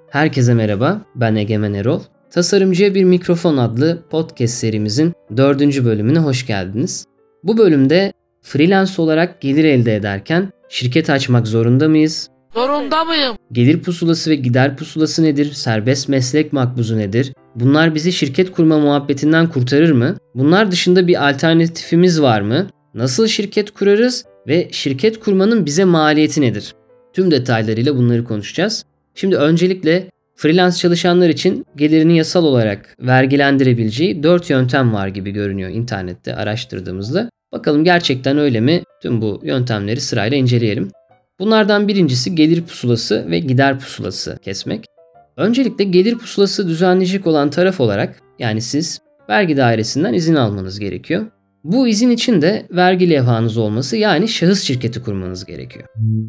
Herkese merhaba, ben Egemen Erol. Tasarımcıya bir Mikrofon adlı podcast serimizin 4. bölümüne hoş geldiniz. Bu bölümde freelance olarak gelir elde ederken şirket açmak zorunda mıyız? Zorunda mıyım? Gelir pusulası ve gider pusulası nedir? Serbest meslek makbuzu nedir? Bunlar bizi şirket kurma muhabbetinden kurtarır mı? Bunlar dışında bir alternatifimiz var mı? Nasıl şirket kurarız ve şirket kurmanın bize maliyeti nedir? Tüm detaylarıyla bunları konuşacağız. Şimdi öncelikle freelance çalışanlar için gelirini yasal olarak vergilendirebileceği 4 yöntem var gibi görünüyor internette araştırdığımızda. Bakalım gerçekten öyle mi? Tüm bu yöntemleri sırayla inceleyelim. Bunlardan birincisi gelir pusulası ve gider pusulası kesmek. Öncelikle gelir pusulası düzenleyecek olan taraf olarak yani siz vergi dairesinden izin almanız gerekiyor. Bu izin için de vergi levhanız olması yani şahıs şirketi kurmanız gerekiyor.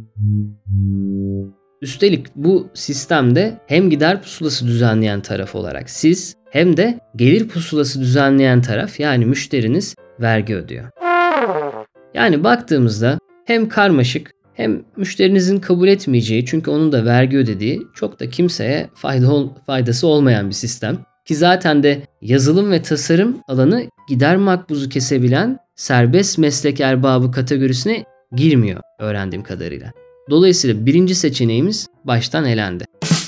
Üstelik bu sistemde hem gider pusulası düzenleyen taraf olarak siz hem de gelir pusulası düzenleyen taraf yani müşteriniz vergi ödüyor. Yani baktığımızda hem karmaşık hem müşterinizin kabul etmeyeceği çünkü onun da vergi ödediği çok da kimseye faydası olmayan bir sistem. Ki zaten de yazılım ve tasarım alanı gider makbuzu kesebilen serbest meslek erbabı kategorisine girmiyor öğrendiğim kadarıyla. Dolayısıyla birinci seçeneğimiz baştan elendi.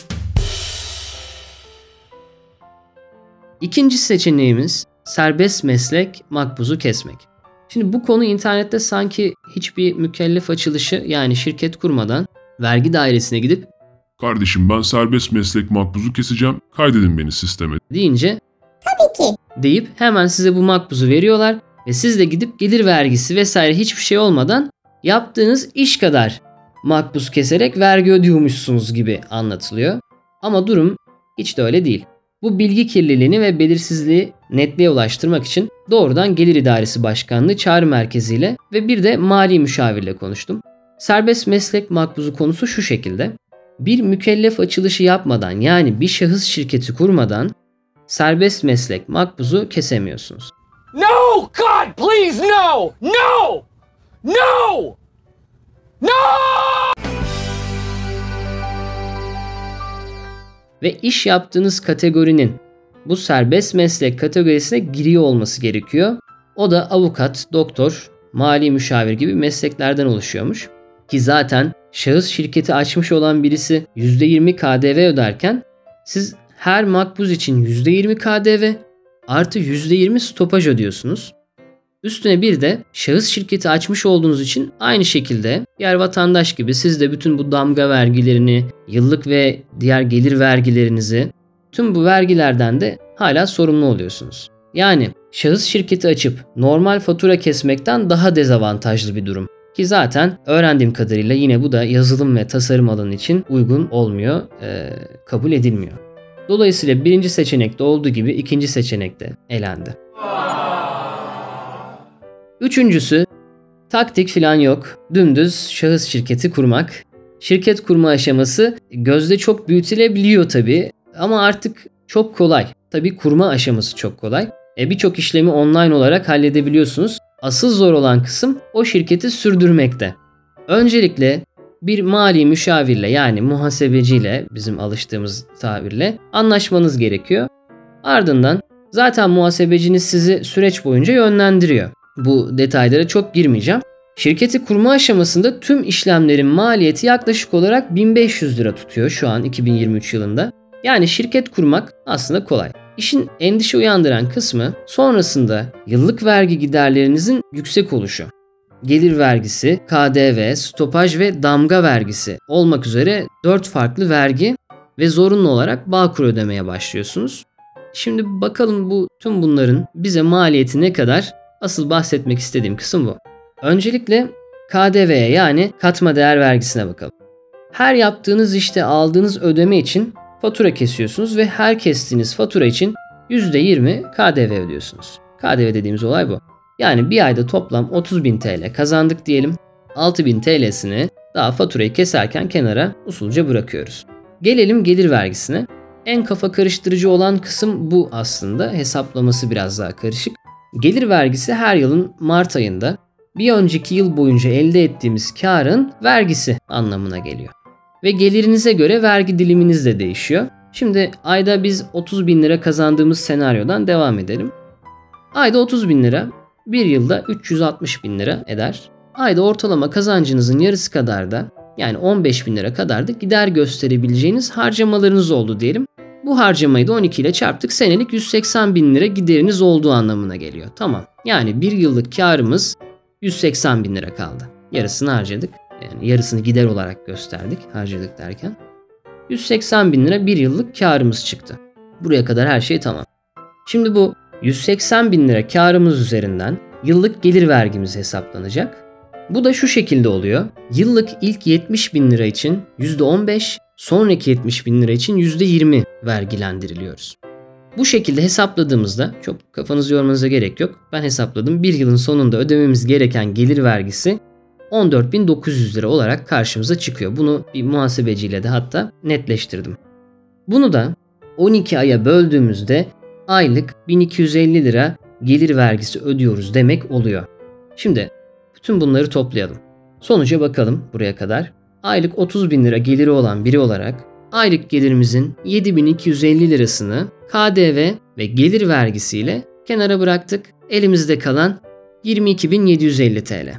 İkinci seçeneğimiz serbest meslek makbuzu kesmek. Şimdi bu konu internette sanki hiçbir mükellef açılışı yani şirket kurmadan vergi dairesine gidip "Kardeşim ben serbest meslek makbuzu keseceğim, kaydedin beni sisteme" deyince "Tabii ki" deyip hemen size bu makbuzu veriyorlar ve siz de gidip gelir vergisi vesaire hiçbir şey olmadan yaptığınız iş kadar makbuz keserek vergi ödüyormuşsunuz gibi anlatılıyor. Ama durum hiç de öyle değil. Bu bilgi kirliliğini ve belirsizliği netliğe ulaştırmak için doğrudan Gelir İdaresi Başkanlığı Çağrı Merkezi ile ve bir de mali müşavirle konuştum. Serbest meslek makbuzu konusu şu şekilde. Bir mükellef açılışı yapmadan yani bir şahıs şirketi kurmadan serbest meslek makbuzu kesemiyorsunuz. No! God, please, no! No! No! No! Ve iş yaptığınız kategorinin bu serbest meslek kategorisine giriyor olması gerekiyor. O da avukat, doktor, mali müşavir gibi mesleklerden oluşuyormuş. Ki zaten şahıs şirketi açmış olan birisi %20 KDV öderken siz her makbuz için %20 KDV artı %20 stopaj ödüyorsunuz. Üstüne bir de şahıs şirketi açmış olduğunuz için aynı şekilde diğer vatandaş gibi siz de bütün bu damga vergilerini, yıllık ve diğer gelir vergilerinizi tüm bu vergilerden de hala sorumlu oluyorsunuz. Yani şahıs şirketi açıp normal fatura kesmekten daha dezavantajlı bir durum. Ki zaten öğrendiğim kadarıyla yine bu da yazılım ve tasarım alanı için uygun olmuyor, kabul edilmiyor. Dolayısıyla birinci seçenekte olduğu gibi ikinci seçenekte elendi. Üçüncüsü, taktik falan yok. Dümdüz şahıs şirketi kurmak. Şirket kurma aşaması gözde çok büyütülebiliyor tabii ama artık çok kolay. Tabii kurma aşaması çok kolay. Birçok işlemi online olarak halledebiliyorsunuz. Asıl zor olan kısım o şirketi sürdürmekte. Öncelikle bir mali müşavirle yani muhasebeciyle bizim alıştığımız tabirle anlaşmanız gerekiyor. Ardından zaten muhasebeciniz sizi süreç boyunca yönlendiriyor. Bu detaylara çok girmeyeceğim. Şirketi kurma aşamasında tüm işlemlerin maliyeti yaklaşık olarak 1500 lira tutuyor şu an 2023 yılında. Yani şirket kurmak aslında kolay. İşin endişe uyandıran kısmı sonrasında yıllık vergi giderlerinizin yüksek oluşu. Gelir vergisi, KDV, stopaj ve damga vergisi olmak üzere 4 farklı vergi ve zorunlu olarak Bağkur ödemeye başlıyorsunuz. Şimdi bakalım tüm bunların bize maliyeti ne kadar? Asıl bahsetmek istediğim kısım bu. Öncelikle KDV'ye yani katma değer vergisine bakalım. Her yaptığınız işte aldığınız ödeme için fatura kesiyorsunuz ve her kestiğiniz fatura için %20 KDV ödüyorsunuz. KDV dediğimiz olay bu. Yani bir ayda toplam 30.000 TL kazandık diyelim. 6.000 TL'sini daha faturayı keserken kenara usulca bırakıyoruz. Gelelim gelir vergisine. En kafa karıştırıcı olan kısım bu aslında. Hesaplaması biraz daha karışık. Gelir vergisi her yılın Mart ayında bir önceki yıl boyunca elde ettiğimiz karın vergisi anlamına geliyor. Ve gelirinize göre vergi diliminiz de değişiyor. Şimdi ayda biz 30 bin lira kazandığımız senaryodan devam edelim. Ayda 30 bin lira, bir yılda 360 bin lira eder. Ayda ortalama kazancınızın yarısı kadar da, yani 15 bin lira kadar da gider gösterebileceğiniz harcamalarınız oldu diyelim. Bu harcamayı da 12 ile çarptık. Senelik 180 bin lira gideriniz olduğu anlamına geliyor. Tamam. Yani bir yıllık karımız 180 bin lira kaldı. Yarısını harcadık. Yani yarısını gider olarak gösterdik harcadık derken. 180 bin lira bir yıllık karımız çıktı. Buraya kadar her şey tamam. Şimdi bu 180 bin lira karımız üzerinden yıllık gelir vergimiz hesaplanacak. Bu da şu şekilde oluyor. Yıllık ilk 70 bin lira için %15, sonraki 70 bin lira için %20 vergilendiriliyoruz. Bu şekilde hesapladığımızda çok kafanızı yormanıza gerek yok. Ben hesapladım. Bir yılın sonunda ödememiz gereken gelir vergisi 14.900 lira olarak karşımıza çıkıyor. Bunu bir muhasebeciyle de hatta netleştirdim. Bunu da 12 aya böldüğümüzde aylık 1250 lira gelir vergisi ödüyoruz demek oluyor. Şimdi bütün bunları toplayalım. Sonuca bakalım buraya kadar. Aylık 30 bin lira geliri olan biri olarak aylık gelirimizin 7.250 lirasını KDV ve gelir vergisiyle kenara bıraktık. Elimizde kalan 22.750 TL.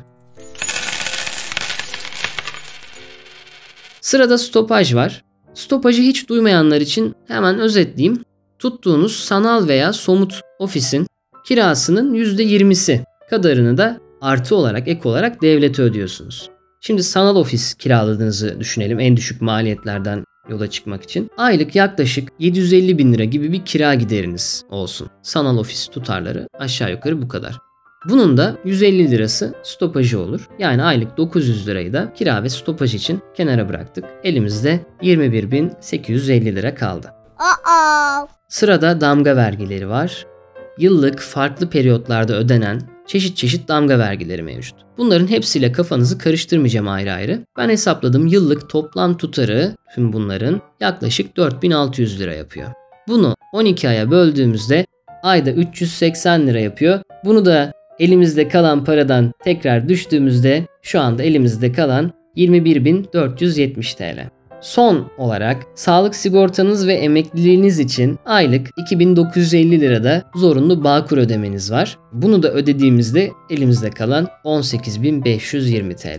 Sırada stopaj var. Stopajı hiç duymayanlar için hemen özetleyeyim. Tuttuğunuz sanal veya somut ofisin kirasının %20'si kadarını da artı olarak, ek olarak devlete ödüyorsunuz. Şimdi sanal ofis kiraladığınızı düşünelim en düşük maliyetlerden yola çıkmak için. Aylık yaklaşık 750 bin lira gibi bir kira gideriniz olsun. Sanal ofis tutarları aşağı yukarı bu kadar. Bunun da 150 lirası stopajı olur. Yani aylık 900 lirayı da kira ve stopaj için kenara bıraktık. Elimizde 21.850 lira kaldı. Sırada damga vergileri var. Yıllık farklı periyotlarda ödenen çeşit çeşit damga vergileri mevcut. Bunların hepsiyle kafanızı karıştırmayacağım ayrı ayrı. Ben hesapladım, yıllık toplam tutarı tüm bunların yaklaşık 4.600 lira yapıyor. Bunu 12 aya böldüğümüzde ayda 380 lira yapıyor. Bunu da elimizde kalan paradan tekrar düştüğümüzde şu anda elimizde kalan 21.470 TL. Son olarak sağlık sigortanız ve emekliliğiniz için aylık 2.950 lirada zorunlu Bağkur ödemeniz var. Bunu da ödediğimizde elimizde kalan 18.520 TL.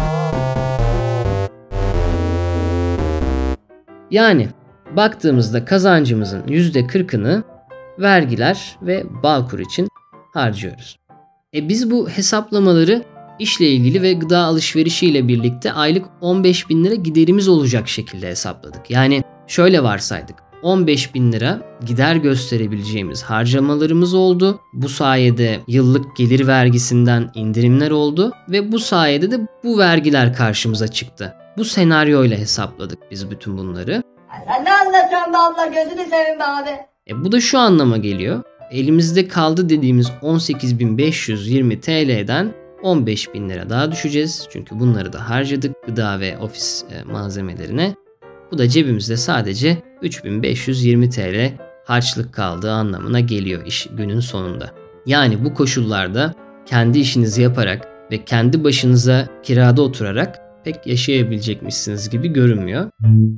Yani baktığımızda kazancımızın %40'ını vergiler ve Bağkur için harcıyoruz. Biz bu hesaplamaları İşle ilgili ve gıda alışverişiyle birlikte aylık 15 bin lira giderimiz olacak şekilde hesapladık. Yani şöyle varsaydık. 15 bin lira gider gösterebileceğimiz harcamalarımız oldu. Bu sayede yıllık gelir vergisinden indirimler oldu ve bu sayede de bu vergiler karşımıza çıktı. Bu senaryoyla hesapladık biz bütün bunları. Sen ne anlatıyorsun be abla, gözünü seveyim be abi. Bu da şu anlama geliyor. Elimizde kaldı dediğimiz 18.520 TL'den 15 bin lira daha düşeceğiz. Çünkü bunları da harcadık gıda ve ofis malzemelerine. Bu da cebimizde sadece 3520 TL harçlık kaldığı anlamına geliyor iş günün sonunda. Yani bu koşullarda kendi işinizi yaparak ve kendi başınıza kirada oturarak pek yaşayabilecekmişsiniz gibi görünmüyor.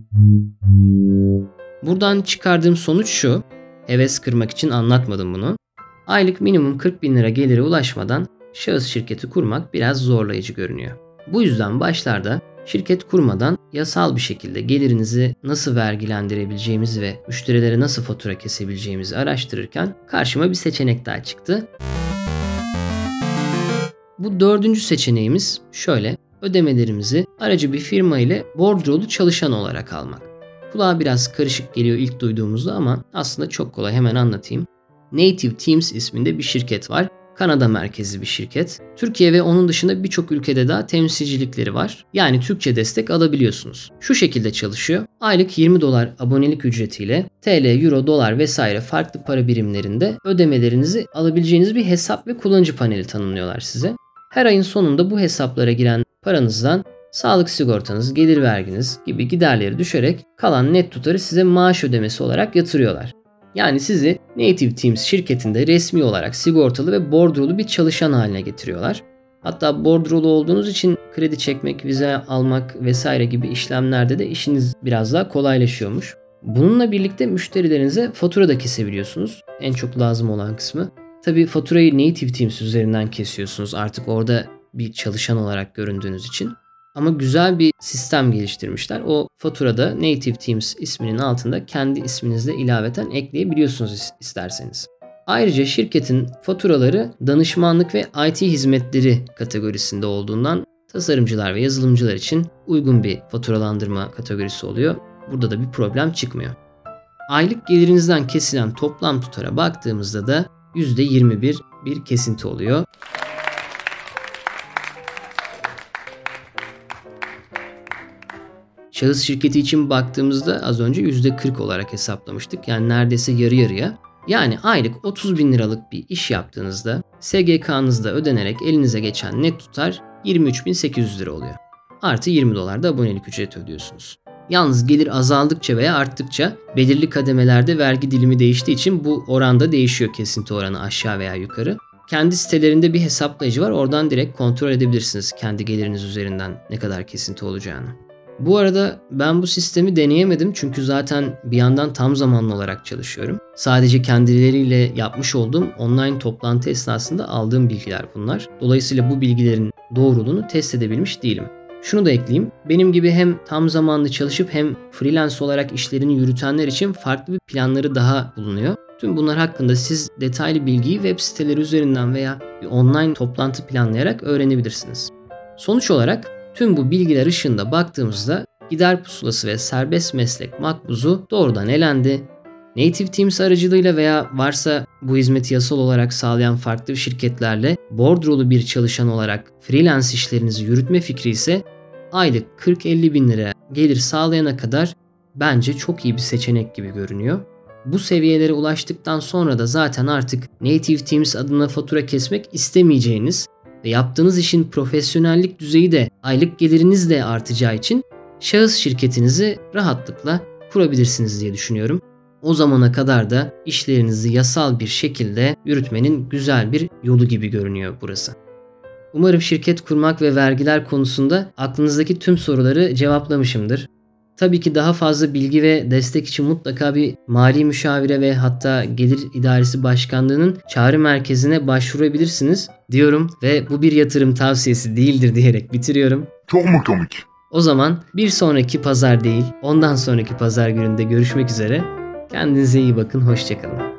Buradan çıkardığım sonuç şu. Heves kırmak için anlatmadım bunu. Aylık minimum 40 bin lira gelire ulaşmadan şahıs şirketi kurmak biraz zorlayıcı görünüyor. Bu yüzden başlarda şirket kurmadan yasal bir şekilde gelirinizi nasıl vergilendirebileceğimizi ve müşterilere nasıl fatura kesebileceğimizi araştırırken karşıma bir seçenek daha çıktı. Bu dördüncü seçeneğimiz şöyle: ödemelerimizi aracı bir firma ile bordrolu çalışan olarak almak. Kulağa biraz karışık geliyor ilk duyduğumuzda ama aslında çok kolay, hemen anlatayım. Native Teams isminde bir şirket var. Kanada merkezli bir şirket. Türkiye ve onun dışında birçok ülkede daha temsilcilikleri var. Yani Türkçe destek alabiliyorsunuz. Şu şekilde çalışıyor. Aylık 20 dolar abonelik ücretiyle TL, Euro, dolar vesaire farklı para birimlerinde ödemelerinizi alabileceğiniz bir hesap ve kullanıcı paneli tanımlıyorlar size. Her ayın sonunda bu hesaplara giren paranızdan sağlık sigortanız, gelir verginiz gibi giderleri düşerek kalan net tutarı size maaş ödemesi olarak yatırıyorlar. Yani sizi Native Teams şirketinde resmi olarak sigortalı ve bordrolu bir çalışan haline getiriyorlar. Hatta bordrolu olduğunuz için kredi çekmek, vize almak vesaire gibi işlemlerde de işiniz biraz daha kolaylaşıyormuş. Bununla birlikte müşterilerinize fatura da kesebiliyorsunuz. En çok lazım olan kısmı. Tabii faturayı Native Teams üzerinden kesiyorsunuz. Artık orada bir çalışan olarak göründüğünüz için. Ama güzel bir sistem geliştirmişler. O faturada Native Teams isminin altında kendi isminizle ilaveten ekleyebiliyorsunuz isterseniz. Ayrıca şirketin faturaları danışmanlık ve IT hizmetleri kategorisinde olduğundan tasarımcılar ve yazılımcılar için uygun bir faturalandırma kategorisi oluyor. Burada da bir problem çıkmıyor. Aylık gelirinizden kesilen toplam tutara baktığımızda da %21 bir kesinti oluyor. Şahıs şirketi için baktığımızda az önce %40 olarak hesaplamıştık. Yani neredeyse yarı yarıya. Yani aylık 30.000 liralık bir iş yaptığınızda SGK'nızda ödenerek elinize geçen net tutar 23.800 lira oluyor. Artı $20 da abonelik ücreti ödüyorsunuz. Yalnız gelir azaldıkça veya arttıkça belirli kademelerde vergi dilimi değiştiği için bu oranda değişiyor, kesinti oranı aşağı veya yukarı. Kendi sitelerinde bir hesaplayıcı var. Oradan direkt kontrol edebilirsiniz kendi geliriniz üzerinden ne kadar kesinti olacağını. Bu arada ben bu sistemi deneyemedim çünkü zaten bir yandan tam zamanlı olarak çalışıyorum. Sadece kendileriyle yapmış olduğum online toplantı esnasında aldığım bilgiler bunlar. Dolayısıyla bu bilgilerin doğruluğunu test edebilmiş değilim. Şunu da ekleyeyim. Benim gibi hem tam zamanlı çalışıp hem freelance olarak işlerini yürütenler için farklı bir planları daha bulunuyor. Tüm bunlar hakkında siz detaylı bilgiyi web siteleri üzerinden veya bir online toplantı planlayarak öğrenebilirsiniz. Sonuç olarak tüm bu bilgiler ışığında baktığımızda Gider Pusulası ve Serbest Meslek Makbuzu doğrudan elendi. Native Teams aracılığıyla veya varsa bu hizmeti yasal olarak sağlayan farklı şirketlerle bordrolu bir çalışan olarak freelance işlerinizi yürütme fikri ise aylık 40-50 bin lira gelir sağlayana kadar bence çok iyi bir seçenek gibi görünüyor. Bu seviyelere ulaştıktan sonra da zaten artık Native Teams adına fatura kesmek istemeyeceğiniz ve yaptığınız işin profesyonellik düzeyi de aylık geliriniz de artacağı için şahıs şirketinizi rahatlıkla kurabilirsiniz diye düşünüyorum. O zamana kadar da işlerinizi yasal bir şekilde yürütmenin güzel bir yolu gibi görünüyor burası. Umarım şirket kurmak ve vergiler konusunda aklınızdaki tüm soruları cevaplamışımdır. Tabii ki daha fazla bilgi ve destek için mutlaka bir mali müşavire ve hatta gelir idaresi başkanlığının çağrı merkezine başvurabilirsiniz diyorum ve bu bir yatırım tavsiyesi değildir diyerek bitiriyorum. Çok mu komik? O zaman bir sonraki pazar değil, ondan sonraki pazar gününde görüşmek üzere. Kendinize iyi bakın, hoşça kalın.